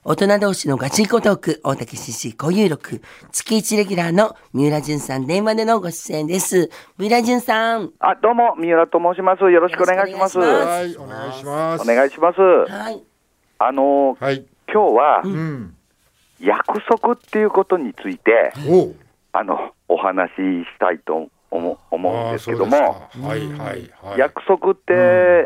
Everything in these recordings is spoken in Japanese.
大人同士のガチンコトーク、大竹 CC 交友録、月1レギュラーの三浦淳さん、電話でのご出演です。三浦淳さん。 どうも、三浦と申します。よろしくお願いします。 はい、お願いします。 お願いします。 はい。 はい、今日は、約束っていうことについて、お話ししたいと思うんですけども、約束って、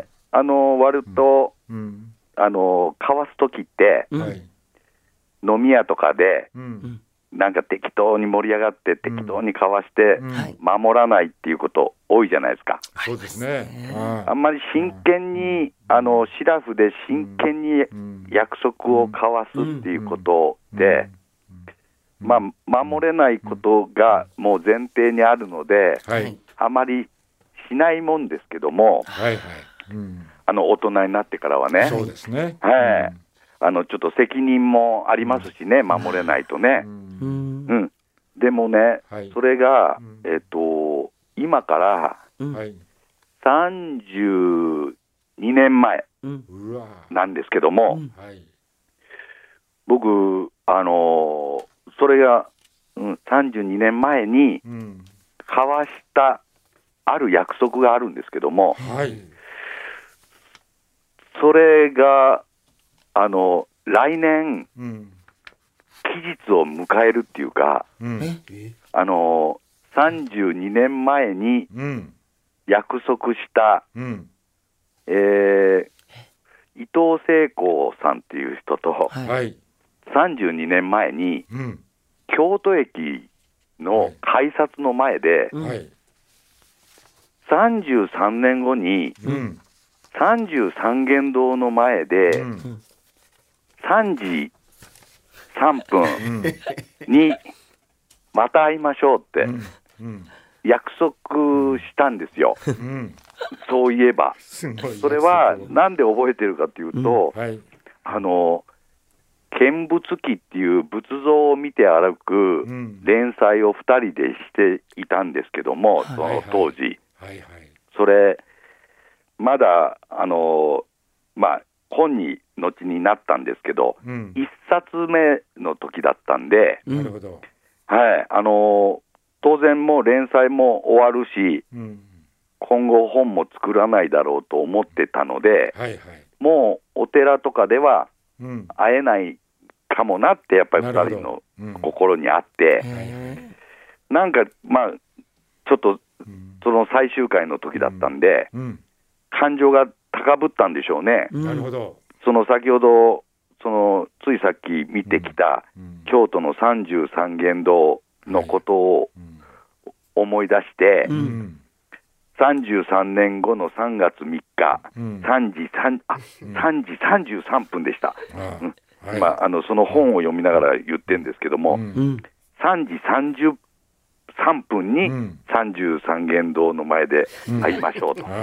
割と、交わすときって、飲み屋とかで、なんか適当に盛り上がって適当に交わして守らないっていうこと多いじゃないですか。 そうですね。 あんまり真剣にシラフで真剣に約束を交わすっていうことで、守れないことがもう前提にあるので、あまりしないもんですけども、大人になってからはね。 そうですね。 ちょっと責任もありますしね、守れないとね。でもね、それが、今から32年前なんですけども、僕、それが、32年前に交わしたある約束があるんですけども、それが来年、期日を迎えるっていうか、32年前に約束した、伊藤聖子さんっていう人と、32年前に、京都駅の改札の前で、33年後に、33間堂の前で、3時3分にまた会いましょうって約束したんですよ。そういえばそれはなんで覚えてるかというと、見物記っていう仏像を見て歩く連載を2人でしていたんですけども、その当時それまだ本に後になったんですけど、1冊目の時だったんで、当然もう連載も終わるし、今後本も作らないだろうと思ってたので、もうお寺とかでは会えないかもなってやっぱり2人の心にあって、なんかちょっとその最終回の時だったんで、感情が高ぶったんでしょうね。 なるほど。 その先ほどついさっき見てきた、京都の33間堂のことを思い出して、33年後の3月3日、3時33分でした。その本を読みながら言ってるんですけども、3時33分に33間堂の前で会いましょうと。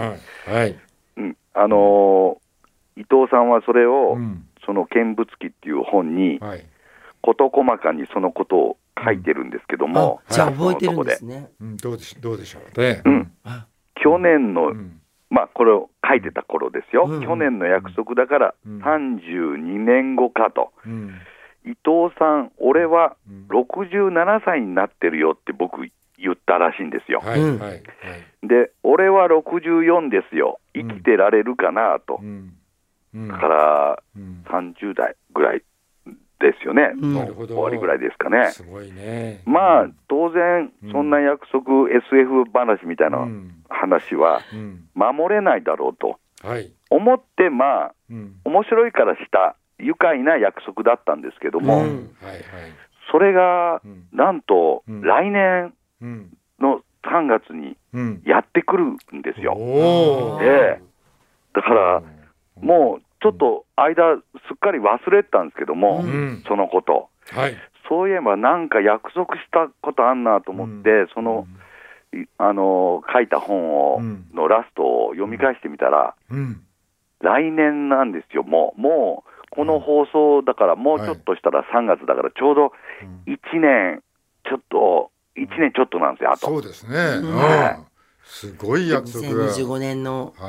伊藤さんはそれを、その見物記っていう本に、事細かにそのことを書いてるんですけども、 じゃあ覚えてるんですね。 どうでしょうね。 去年の、これを書いてた頃ですよ。去年の約束だから32年後かと。伊藤さん、俺は67歳になってるよって僕言ったらしいんですよ。で、俺は64ですよ。生きてられるかなと。だから30代ぐらいですよね。終わりぐらいですかね。 すごいね。 当然そんな約束、SF 話みたいな話は守れないだろうと思って、面白いからした愉快な約束だったんですけども、それがなんと来年の3月にやってくるんですよ。だからもうちょっと間すっかり忘れてたんですけども、そのこと、そういえばなんか約束したことあんなと思って、その書いた本のラストを読み返してみたら、来年なんですよ。もうこの放送だからもうちょっとしたら3月だからちょうど1年ちょっとなんですよ。あとそうですね。すごい約束が。 2025年の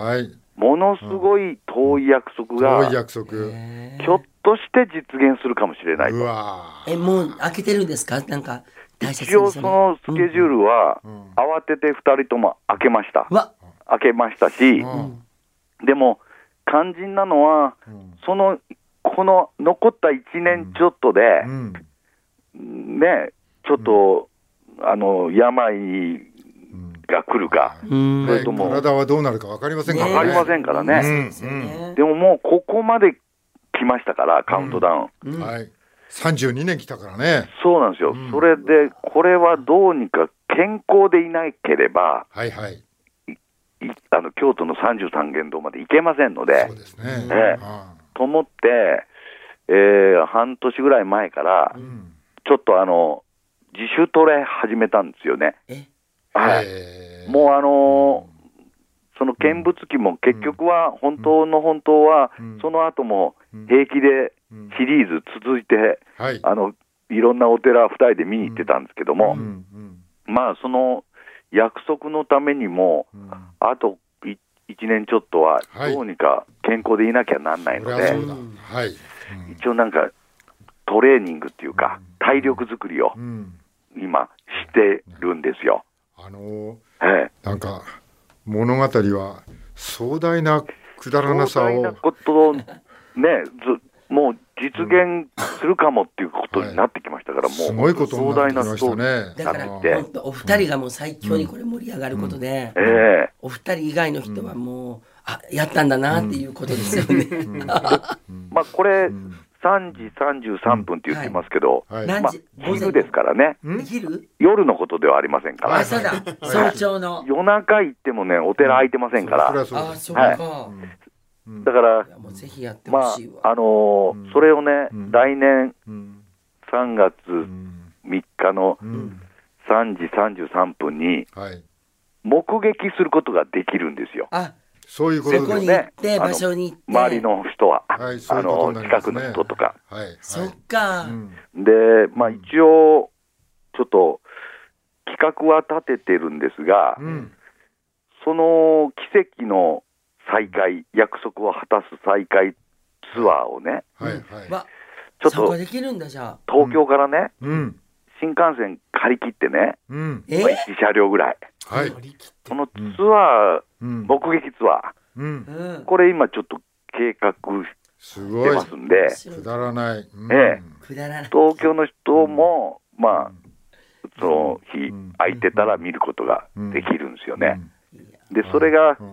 ものすごい遠い約束が、 遠い約束。 ひょっとして実現するかもしれないと。 うわもう開けてるんですか？なんか大切に一応そのスケジュールは、慌てて2人とも開けました。開けましたし、でも肝心なのは、この残った1年ちょっとで、ね、ちょっと病が来るか、それとも体はどうなるか分かりませんからね。 分かりませんからね。でももうここまで来ましたから、カウントダウン。 はい。32年来たからね。 そうなんですよ。それでこれはどうにか健康でいなければ、 はいはい。 京都の33間堂まで行けませんので、 そうですね。 と思って、半年ぐらい前から、ちょっと自主トレ始めたんですよね。はい。もうその見物記も結局は本当は、その後も平気でシリーズ続いて、いろんなお寺2人で見に行ってたんですけども、まあその約束のためにも、あと1年ちょっとはどうにか健康でいなきゃなんないので、一応なんかトレーニングっていうか体力作りを今してるんですよ。 なんか物語は壮大なくだらなさを、 壮大なことをね、もう実現するかもっていうことになってきましたから、もうすごいことになってきましたね。 だから本当お二人がもう最強にこれ盛り上がることで、お二人以外の人はもうやったんだなっていうことですよね。 まあこれ3時33分って言ってますけど、昼ですからね。夜のことではありませんから。 朝だ、早朝の。 夜中行ってもね、お寺開いてませんから。 そうか。 だから、 ぜひやってほしいわ。 それをね、来年3月3日の3時33分に目撃することができるんですよ。 そういうことですね。 そこに行って場所に行って、 周りの人は、近くの人とか。 そっか。 で、まあ一応ちょっと企画は立ててるんですが、その奇跡の再会、約束を果たす再会ツアーをね、ちょっと東京からね、新幹線借り切ってね、1車両ぐらい、そのツアー、目撃ツアー、これ今ちょっと計画してますんで、 くだらない。 東京の人もまあその日空いてたら見ることができるんですよね。でそれが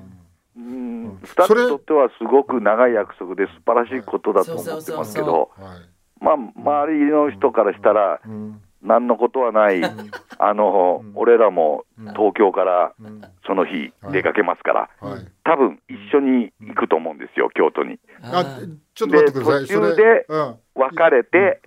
2つにとってはすごく長い約束で素晴らしいことだと思ってますけど、まあ周りの人からしたら何のことはない、俺らも東京からその日出かけますから、多分一緒に行くと思うんですよ、京都に。 ちょっと待ってください。 途中で別れて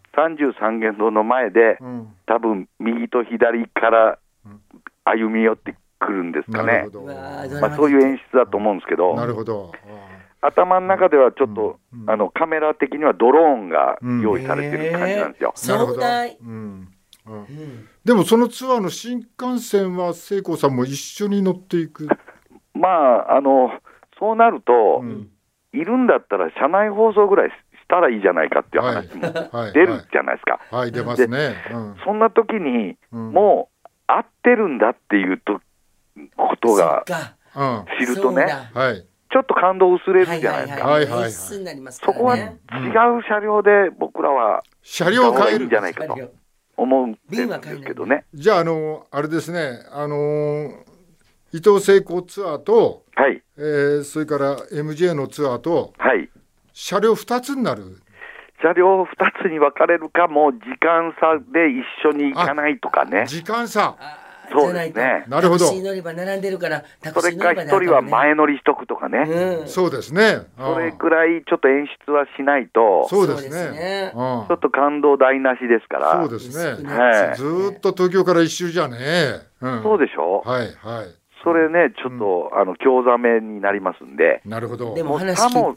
33間堂の前で多分右と左から歩み寄ってくるんですかね。まあそういう演出だと思うんですけど、頭の中ではちょっとカメラ的にはドローンが用意されてる感じなんですよ。 壮大。 でもそのツアーの新幹線は聖光さんも一緒に乗っていく。 まあそうなると、いるんだったら車内放送ぐらいしたらいいじゃないかっていう話も出るじゃないですか。 出ますね。 そんな時にもう合ってるんだっていうことが知るとね、ちょっと感動薄れるじゃないですか。そこは違う車両で僕らは車両を変えるんじゃないかと思うんですけどね。 じゃああれですね、伊東聖光ツアーと、それから MJ のツアーと、車両2つになる。 車両2つに分かれるか、もう時間差で一緒に行かないとかね。 時間差。 そうですね。 なるほど。 タクシー乗り場並んでるからタクシー乗り場で、それか1人は前乗りしとくとかね。 そうですね。 それくらいちょっと演出はしないと。 そうですね。 ちょっと感動台無しですから。 そうですね。ずっと東京から一周じゃね。 そうでしょ。それね、ちょっと興ざめになりますんで。 なるほど。 でもさも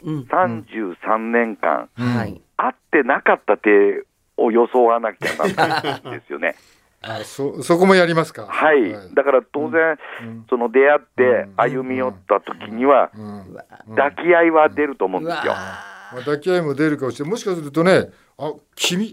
33年間会ってなかった手を装わなきゃならないんですよね。 そこもやりますか。 はい、だから当然、その出会って歩み寄った時には、抱き合いは出ると思うんですよ。 抱き合いも出るかもしれない。もしかするとね、君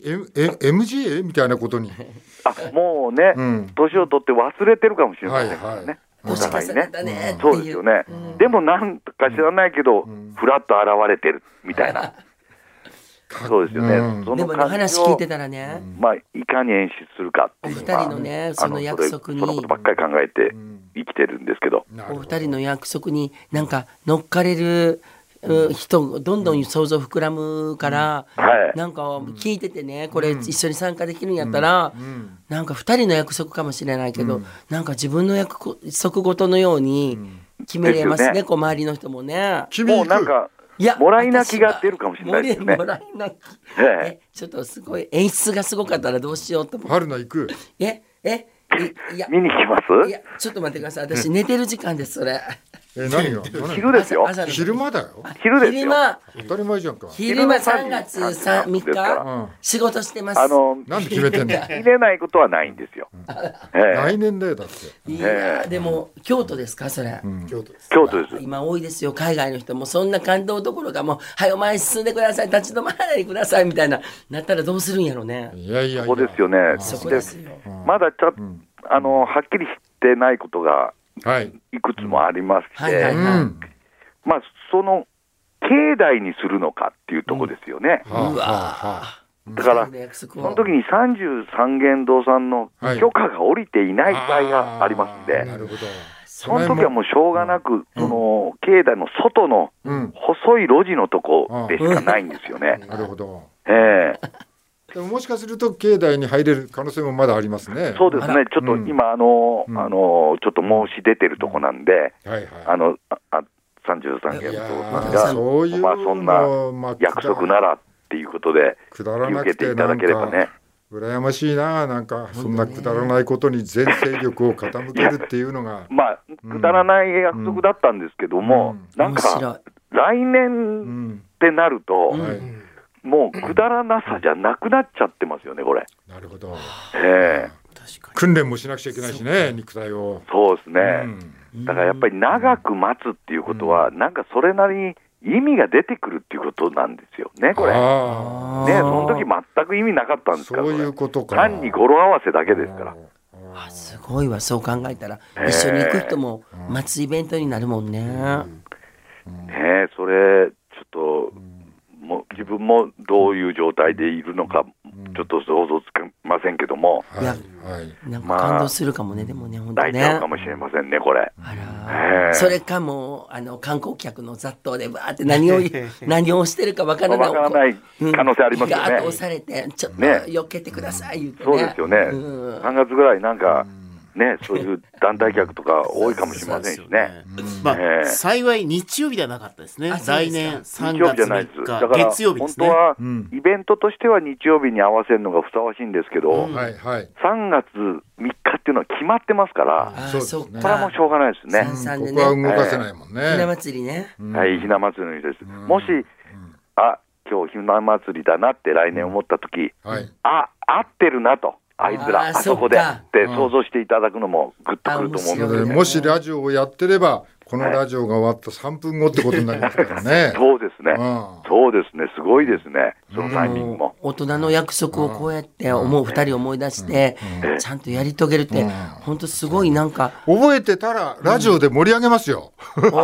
MGA みたいなことにもうね、年を取って忘れてるかもしれませんからね。 お互いね。 そうですよね。でもなんか知らないけど、ふらっと現れてるみたいな。そうですよね。 でも話聞いてたらね、 いかに演出するかっていうお二人のね、その約束にそのことばっかり考えて生きてるんですけど、 お二人の約束になんか乗っかれる人どんどん想像膨らむから、なんか聞いててね、これ一緒に参加できるんやったら、なんか二人の約束かもしれないけど、なんか自分の約束ごとのように決めれますね、こう周りの人もね。 もうなんかもらい泣きが出るかもしれないですね。 もらい泣き、ちょっとすごい演出がすごかったらどうしようと思って。 春菜行く。 いや見に来ます？ いやちょっと待ってください。私寝てる時間です。それ何が昼ですよ。 昼間だよ。 昼ですよ。 当たり前じゃんか。 昼間3月3日仕事してます。 なんで決めてんの？ 入れないことはないんですよ。 来年だよだって。 いやでも京都ですかそれ？ 京都です。 今多いですよ、海外の人も。そんな感動どころかもうはいお前進んでください、立ち止まらないでくださいみたいななったらどうするんやろうね。 いやそこですよね。 そこですよ。 まだちょっとはっきりしてないことがいくつもありまして、その境内にするのかっていうとこですよね。だからその時に33間堂さんの許可が下りていない場合がありますんで、その時はもうしょうがなくその境内の外の細い路地のとこでしかないんですよね。 なるほど。でももしかすると境内に入れる可能性もまだありますね。 そうですね。ちょっと今ちょっと申し出てるとこなんで、33件がそんな約束ならっていうことで受けていただければね。 羨ましいな。なんかそんなくだらないことに全勢力を傾けるっていうのがくだらない約束だったんですけども、なんか来年ってなるともうくだらなさじゃなくなっちゃってますよね、これ。 なるほど。訓練もしなくちゃいけないしね、肉体を。 そうですね。だからやっぱり長く待つっていうことは、なんかそれなりに意味が出てくるっていうことなんですよね、これ。ね、その時全く意味なかったんですから。 そういうことか。 単に語呂合わせだけですから。 すごいわ、そう考えたら一緒に行く人も待つイベントになるもんね。 それちょっともう自分もどういう状態でいるのかちょっと想像つかませんけども、 なんか感動するかもね。でもね、本当ね、 泣いちゃうかもしれませんね、これ。 それかも観光客の雑踏でバーって何をしてるかわからない可能性ありますよね。 ガーッと押されてちょっと避けてください言ってね。 そうですよね。3月ぐらいなんかね、そういう団体客とか多いかもしれませんしね。 幸い日曜日ではなかったですね。来年3月3日月曜日ですね。 本当はイベントとしては日曜日に合わせるのがふさわしいんですけど、3月3日っていうのは決まってますから、これはもうしょうがないですね。 ここは動かせないもんね。 ひな祭りね。 はい、ひな祭りの日です。もし今日ひな祭りだなって来年思った時、合ってるなと。あいつらあそこでって想像していただくのもグッとくると思うので、 もしラジオをやってればこのラジオが終わった3分後ってことになりますからね。 そうですね、そうですね、すごいですね、そのタイミングも。 大人の約束をこうやって2人思い出してちゃんとやり遂げるって本当すごい。なんか覚えてたらラジオで盛り上げますよ。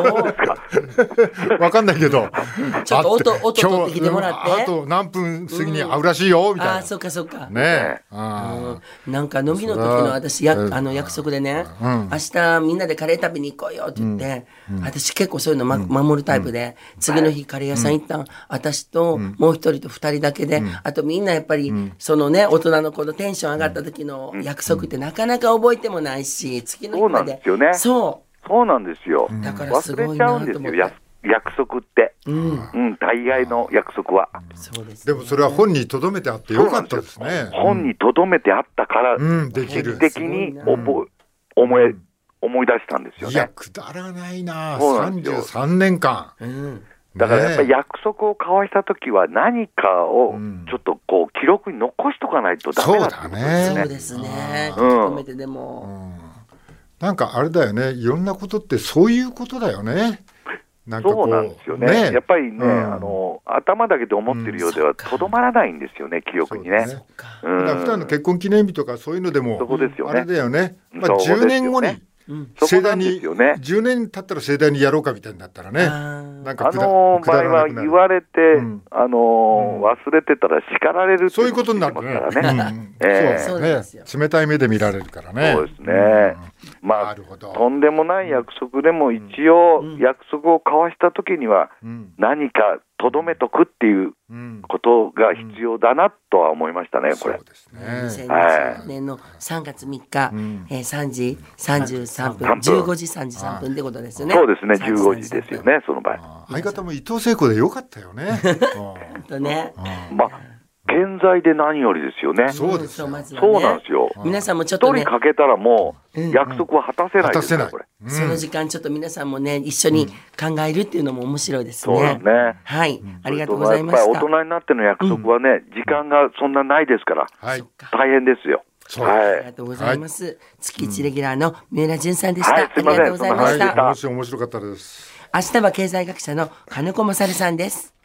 わかんないけどちょっと音取ってきてもらって、 あと何分過ぎに会うらしいよみたいな。 そうかそうかね。 なんか飲みの時の私約束でね、明日みんなでカレー食べに行こうよって言って、私結構そういうの守るタイプで、次の日カレー屋さん行ったん私ともう一人と二人だけで、あとみんなやっぱりそのね大人のこのテンション上がった時の約束ってなかなか覚えてもないし、次の日までそうなんですよ。 だからすごいなと思って。忘れちゃうんですよ、 約束って、大概の約束は。 でもそれは本に留めてあってよかったですね。 本に留めてあったからできる的に思い出したんですよね。 いやくだらないな、33年間。 だからやっぱり約束を交わした時は何かをちょっとこう記録に残しとかないとダメだってことですね。 そうですね。止めてでも、 なんかあれだよね。いろんなことってそういうことだよね。なんかそうなんですよね。やっぱりね、頭だけで思ってるようではとどまらないんですよね、記憶にね。 普段の結婚記念日とかそういうのでもあれだよね。10年後に盛大に10年経ったら盛大にやろうかみたいになったらね、なんか場合は言われて忘れてたら叱られるそういうことになるからね。そうですね。冷たい目で見られるからね。 そうですね。まあとんでもない約束でも一応約束を交わした時には何かとどめとくっていうことが必要だなとは思いましたね、これ。 2020年の3月3日、3時33分、15時33分ってことですよね。 そうですね、15時ですよね、その場合。 相方も伊藤聖子でよかったよね。 まあ健在で何よりですよね。 そうですよ。そうなんですよ。 皆さんもちょっとね、 一人かけたらもう約束は果たせないですよ、これ。 その時間ちょっと皆さんもね一緒に考えるっていうのも面白いですね。 そうですね。 はい、ありがとうございました。 やっぱり大人になっての約束はね、時間がそんなないですから、大変ですよ。 ありがとうございます。月1レギュラーの三浦淳さんでした。ありがとうございました。 面白かったです。 明日は経済学者の金子勝さんです。